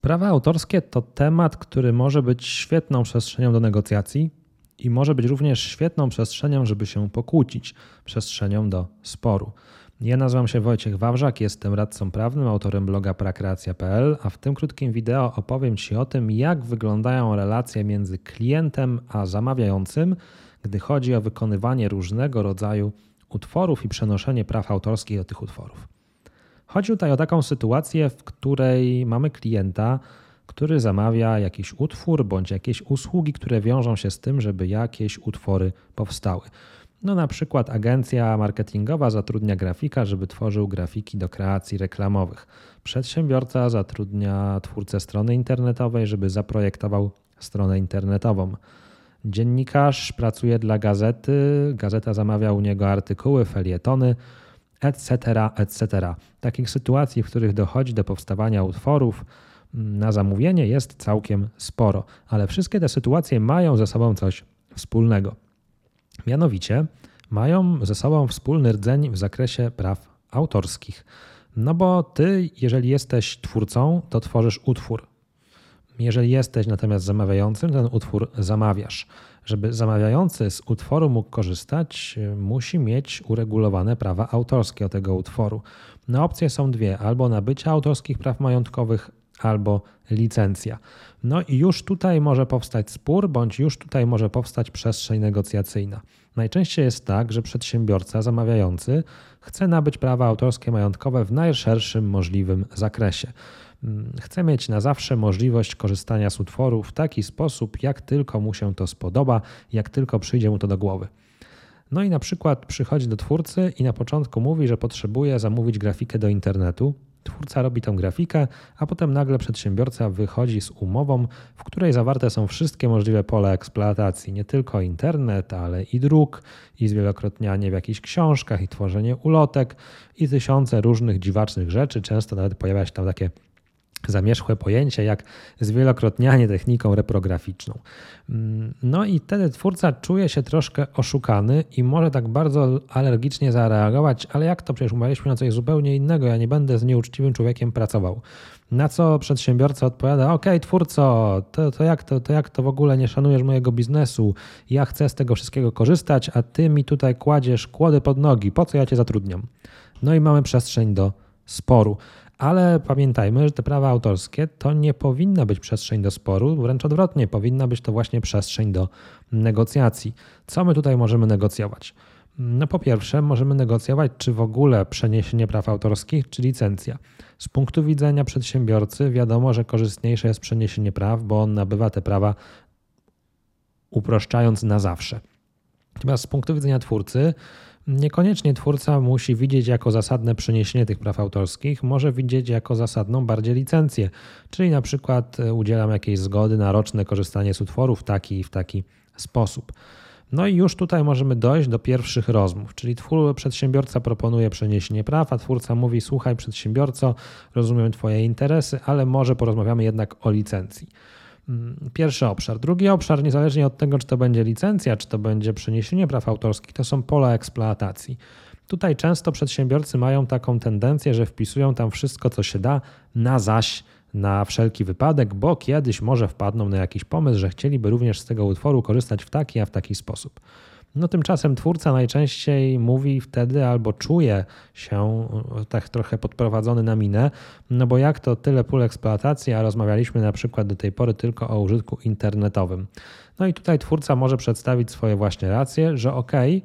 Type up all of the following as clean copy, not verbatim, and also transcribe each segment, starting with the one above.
Prawa autorskie to temat, który może być świetną przestrzenią do negocjacji i może być również świetną przestrzenią, żeby się pokłócić, przestrzenią do sporu. Ja nazywam się Wojciech Wawrzak, jestem radcą prawnym, autorem bloga prakreacja.pl, a w tym krótkim wideo opowiem Ci o tym, jak wyglądają relacje między klientem a zamawiającym, gdy chodzi o wykonywanie różnego rodzaju utworów i przenoszenie praw autorskich do tych utworów. Chodzi tutaj o taką sytuację, w której mamy klienta, który zamawia jakiś utwór bądź jakieś usługi, które wiążą się z tym, żeby jakieś utwory powstały. Na przykład agencja marketingowa zatrudnia grafika, żeby tworzył grafiki do kreacji reklamowych. Przedsiębiorca zatrudnia twórcę strony internetowej, żeby zaprojektował stronę internetową. Dziennikarz pracuje dla gazety, gazeta zamawia u niego artykuły, felietony, etc., etc. Takich sytuacji, w których dochodzi do powstawania utworów na zamówienie, jest całkiem sporo, ale wszystkie te sytuacje mają ze sobą coś wspólnego. Mianowicie mają ze sobą wspólny rdzeń w zakresie praw autorskich. Bo ty, jeżeli jesteś twórcą, to tworzysz utwór. Jeżeli jesteś natomiast zamawiającym, ten utwór zamawiasz. Żeby zamawiający z utworu mógł korzystać, musi mieć uregulowane prawa autorskie od tego utworu. Opcje są dwie, albo nabycie autorskich praw majątkowych, albo licencja. I już tutaj może powstać spór, bądź już tutaj może powstać przestrzeń negocjacyjna. Najczęściej jest tak, że przedsiębiorca zamawiający chce nabyć prawa autorskie majątkowe w najszerszym możliwym zakresie. Chce mieć na zawsze możliwość korzystania z utworu w taki sposób, jak tylko mu się to spodoba, jak tylko przyjdzie mu to do głowy. I na przykład przychodzi do twórcy i na początku mówi, że potrzebuje zamówić grafikę do internetu. Twórca robi tę grafikę, a potem nagle przedsiębiorca wychodzi z umową, w której zawarte są wszystkie możliwe pola eksploatacji. Nie tylko internet, ale i druk, i zwielokrotnianie w jakichś książkach, i tworzenie ulotek, i tysiące różnych dziwacznych rzeczy. Często nawet pojawia się tam takie zamierzchłe pojęcie jak zwielokrotnianie techniką reprograficzną. I wtedy twórca czuje się troszkę oszukany i może tak bardzo alergicznie zareagować, ale jak to, przecież umawialiśmy na coś zupełnie innego, ja nie będę z nieuczciwym człowiekiem pracował. Na co przedsiębiorca odpowiada: okej, twórco, to jak to w ogóle nie szanujesz mojego biznesu, ja chcę z tego wszystkiego korzystać, a ty mi tutaj kładziesz kłody pod nogi, po co ja cię zatrudniam? I mamy przestrzeń do sporu. Ale pamiętajmy, że te prawa autorskie to nie powinna być przestrzeń do sporu, wręcz odwrotnie, powinna być to właśnie przestrzeń do negocjacji. Co my tutaj możemy negocjować? Po pierwsze, możemy negocjować, czy w ogóle przeniesienie praw autorskich, czy licencja. Z punktu widzenia przedsiębiorcy wiadomo, że korzystniejsze jest przeniesienie praw, bo on nabywa te prawa uproszczając na zawsze. Natomiast z punktu widzenia twórcy, niekoniecznie twórca musi widzieć jako zasadne przeniesienie tych praw autorskich, może widzieć jako zasadną bardziej licencję, czyli na przykład udzielam jakiejś zgody na roczne korzystanie z utworu w taki i w taki sposób. I już tutaj możemy dojść do pierwszych rozmów, czyli przedsiębiorca proponuje przeniesienie praw, a twórca mówi: słuchaj przedsiębiorco, rozumiem twoje interesy, ale może porozmawiamy jednak o licencji. Pierwszy obszar. Drugi obszar, niezależnie od tego, czy to będzie licencja, czy to będzie przeniesienie praw autorskich, to są pola eksploatacji. Tutaj często przedsiębiorcy mają taką tendencję, że wpisują tam wszystko, co się da, na zaś, na wszelki wypadek, bo kiedyś może wpadną na jakiś pomysł, że chcieliby również z tego utworu korzystać w taki, a w taki sposób. Tymczasem twórca najczęściej mówi wtedy albo czuje się tak trochę podprowadzony na minę, bo jak to tyle pól eksploatacji, a rozmawialiśmy na przykład do tej pory tylko o użytku internetowym. I tutaj twórca może przedstawić swoje właśnie racje, że okej,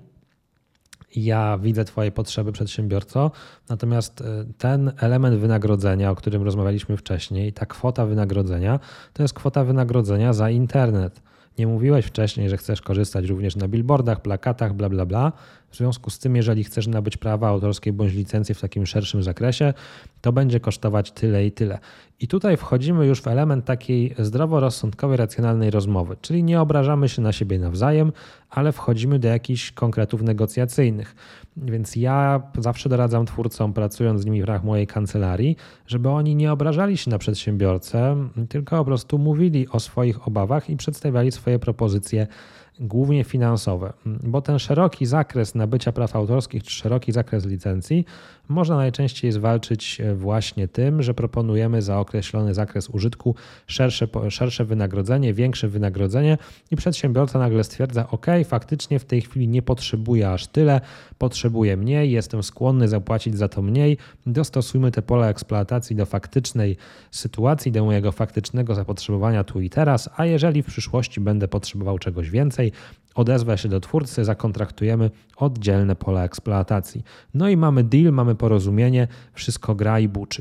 ja widzę twoje potrzeby, przedsiębiorco, natomiast ten element wynagrodzenia, o którym rozmawialiśmy wcześniej, ta kwota wynagrodzenia, to jest kwota wynagrodzenia za internet. Nie mówiłeś wcześniej, że chcesz korzystać również na billboardach, plakatach, bla, bla, bla. W związku z tym, jeżeli chcesz nabyć prawa autorskie bądź licencję w takim szerszym zakresie, to będzie kosztować tyle i tyle. I tutaj wchodzimy już w element takiej zdroworozsądkowej, racjonalnej rozmowy, czyli nie obrażamy się na siebie nawzajem, ale wchodzimy do jakichś konkretów negocjacyjnych. Więc ja zawsze doradzam twórcom, pracując z nimi w ramach mojej kancelarii, żeby oni nie obrażali się na przedsiębiorcę, tylko po prostu mówili o swoich obawach i przedstawiali swoje propozycje głównie finansowe, bo ten szeroki zakres nabycia praw autorskich czy szeroki zakres licencji można najczęściej zwalczyć właśnie tym, że proponujemy za określony zakres użytku szersze wynagrodzenie, większe wynagrodzenie i przedsiębiorca nagle stwierdza: OK, faktycznie w tej chwili nie potrzebuję aż tyle, potrzebuję mniej, jestem skłonny zapłacić za to mniej, dostosujmy te pola eksploatacji do faktycznej sytuacji, do mojego faktycznego zapotrzebowania tu i teraz, a jeżeli w przyszłości będę potrzebował czegoś więcej, odezwę się do twórcy, zakontraktujemy oddzielne pola eksploatacji. No i mamy deal, mamy porozumienie, wszystko gra i buczy.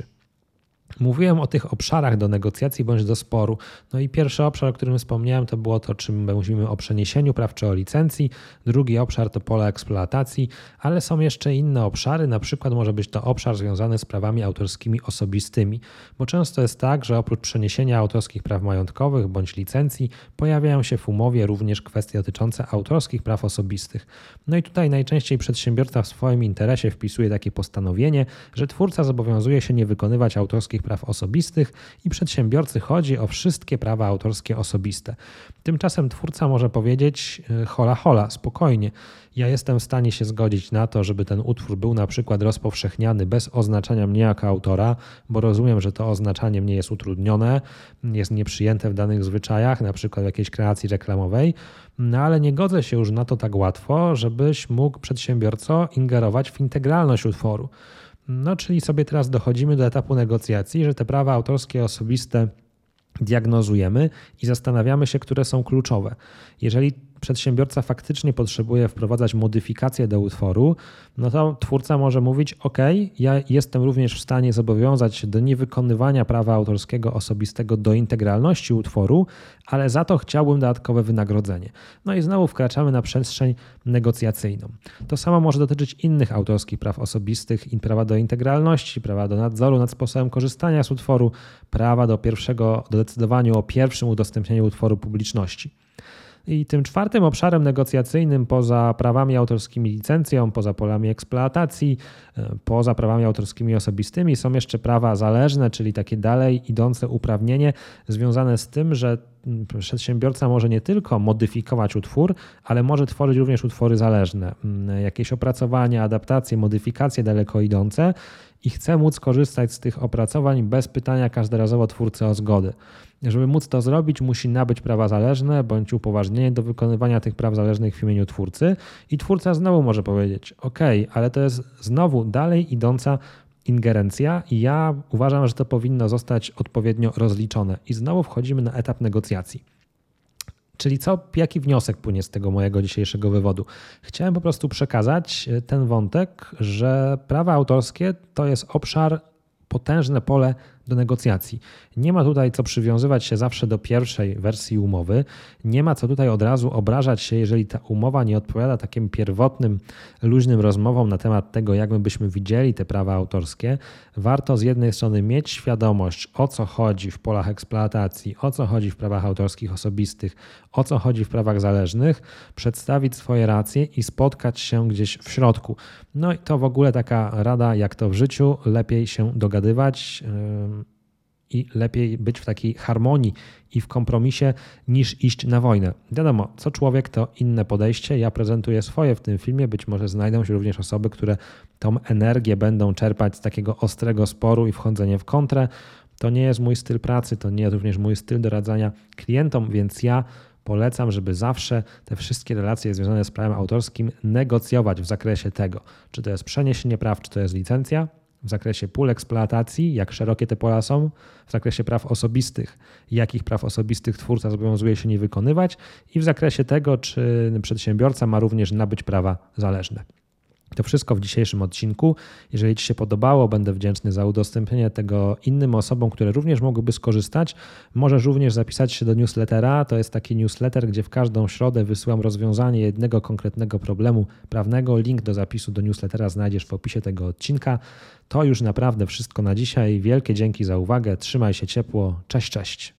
Mówiłem o tych obszarach do negocjacji bądź do sporu. No i pierwszy obszar, o którym wspomniałem, to było to, czym mówimy o przeniesieniu praw czy o licencji. Drugi obszar to pola eksploatacji, ale są jeszcze inne obszary, na przykład może być to obszar związany z prawami autorskimi osobistymi, bo często jest tak, że oprócz przeniesienia autorskich praw majątkowych bądź licencji pojawiają się w umowie również kwestie dotyczące autorskich praw osobistych. No i tutaj najczęściej przedsiębiorca w swoim interesie wpisuje takie postanowienie, że twórca zobowiązuje się nie wykonywać autorskich praw osobistych i przedsiębiorcy chodzi o wszystkie prawa autorskie osobiste. Tymczasem twórca może powiedzieć: hola, hola, spokojnie, ja jestem w stanie się zgodzić na to, żeby ten utwór był na przykład rozpowszechniany bez oznaczania mnie jako autora, bo rozumiem, że to oznaczanie mnie jest utrudnione, jest nieprzyjęte w danych zwyczajach, na przykład w jakiejś kreacji reklamowej, no ale nie godzę się już na to tak łatwo, żebyś mógł, przedsiębiorco, ingerować w integralność utworu. No, czyli sobie teraz dochodzimy do etapu negocjacji, że te prawa autorskie osobiste diagnozujemy i zastanawiamy się, które są kluczowe. Jeżeli przedsiębiorca faktycznie potrzebuje wprowadzać modyfikacje do utworu, no to twórca może mówić: OK, ja jestem również w stanie zobowiązać się do niewykonywania prawa autorskiego osobistego do integralności utworu, ale za to chciałbym dodatkowe wynagrodzenie. No i znowu wkraczamy na przestrzeń negocjacyjną. To samo może dotyczyć innych autorskich praw osobistych, prawa do integralności, prawa do nadzoru nad sposobem korzystania z utworu, prawa do decydowania o pierwszym udostępnieniu utworu publiczności. I tym czwartym obszarem negocjacyjnym poza prawami autorskimi licencją, poza polami eksploatacji, poza prawami autorskimi osobistymi są jeszcze prawa zależne, czyli takie dalej idące uprawnienie związane z tym, że przedsiębiorca może nie tylko modyfikować utwór, ale może tworzyć również utwory zależne, jakieś opracowania, adaptacje, modyfikacje daleko idące i chce móc korzystać z tych opracowań bez pytania każdorazowo twórcy o zgodę. Żeby móc to zrobić, musi nabyć prawa zależne bądź upoważnienie do wykonywania tych praw zależnych w imieniu twórcy i twórca znowu może powiedzieć: OK, ale to jest znowu dalej idąca ingerencja i ja uważam, że to powinno zostać odpowiednio rozliczone. I znowu wchodzimy na etap negocjacji. Czyli jaki wniosek płynie z tego mojego dzisiejszego wywodu? Chciałem po prostu przekazać ten wątek, że prawa autorskie to jest obszar, potężne pole do negocjacji. Nie ma tutaj co przywiązywać się zawsze do pierwszej wersji umowy. Nie ma co tutaj od razu obrażać się, jeżeli ta umowa nie odpowiada takim pierwotnym, luźnym rozmowom na temat tego, jak my byśmy widzieli te prawa autorskie. Warto z jednej strony mieć świadomość, o co chodzi w polach eksploatacji, o co chodzi w prawach autorskich osobistych, o co chodzi w prawach zależnych, przedstawić swoje racje i spotkać się gdzieś w środku. No i to w ogóle taka rada, jak to w życiu, lepiej się dogadywać i lepiej być w takiej harmonii i w kompromisie niż iść na wojnę. Wiadomo, co człowiek to inne podejście. Ja prezentuję swoje w tym filmie. Być może znajdą się również osoby, które tą energię będą czerpać z takiego ostrego sporu i wchodzenia w kontrę. To nie jest mój styl pracy, to nie jest również mój styl doradzania klientom, więc ja polecam, żeby zawsze te wszystkie relacje związane z prawem autorskim negocjować w zakresie tego, czy to jest przeniesienie praw, czy to jest licencja, w zakresie pól eksploatacji, jak szerokie te pola są, w zakresie praw osobistych, jakich praw osobistych twórca zobowiązuje się nie wykonywać i w zakresie tego, czy przedsiębiorca ma również nabyć prawa zależne. To wszystko w dzisiejszym odcinku. Jeżeli Ci się podobało, będę wdzięczny za udostępnienie tego innym osobom, które również mogłyby skorzystać. Możesz również zapisać się do newslettera. To jest taki newsletter, gdzie w każdą środę wysyłam rozwiązanie jednego konkretnego problemu prawnego. Link do zapisu do newslettera znajdziesz w opisie tego odcinka. To już naprawdę wszystko na dzisiaj. Wielkie dzięki za uwagę. Trzymaj się ciepło. Cześć, cześć.